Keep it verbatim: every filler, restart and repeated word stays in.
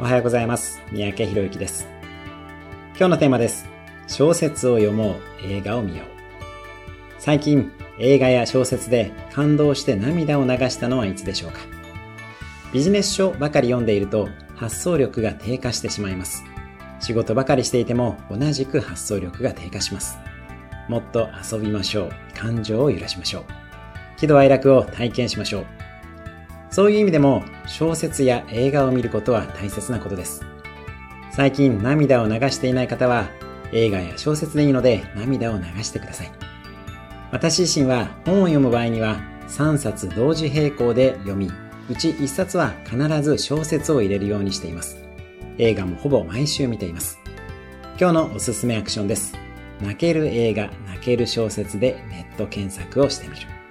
おはようございます。三宅博之です。今日のテーマです。小説を読もう、映画を見よう。最近、映画や小説で感動して涙を流したのはいつでしょうか。ビジネス書ばかり読んでいると発想力が低下してしまいます。仕事ばかりしていても同じく発想力が低下します。もっと遊びましょう。感情を揺らしましょう。喜怒哀楽を体験しましょう。そういう意味でも小説や映画を見ることは大切なことです。最近涙を流していない方は映画や小説でいいので涙を流してください。私自身は本を読む場合にはさんさつ同時並行で読み、うちいっさつは必ず小説を入れるようにしています。映画もほぼ毎週見ています。今日のおすすめアクションです。泣ける映画、泣ける小説でネット検索をしてみる。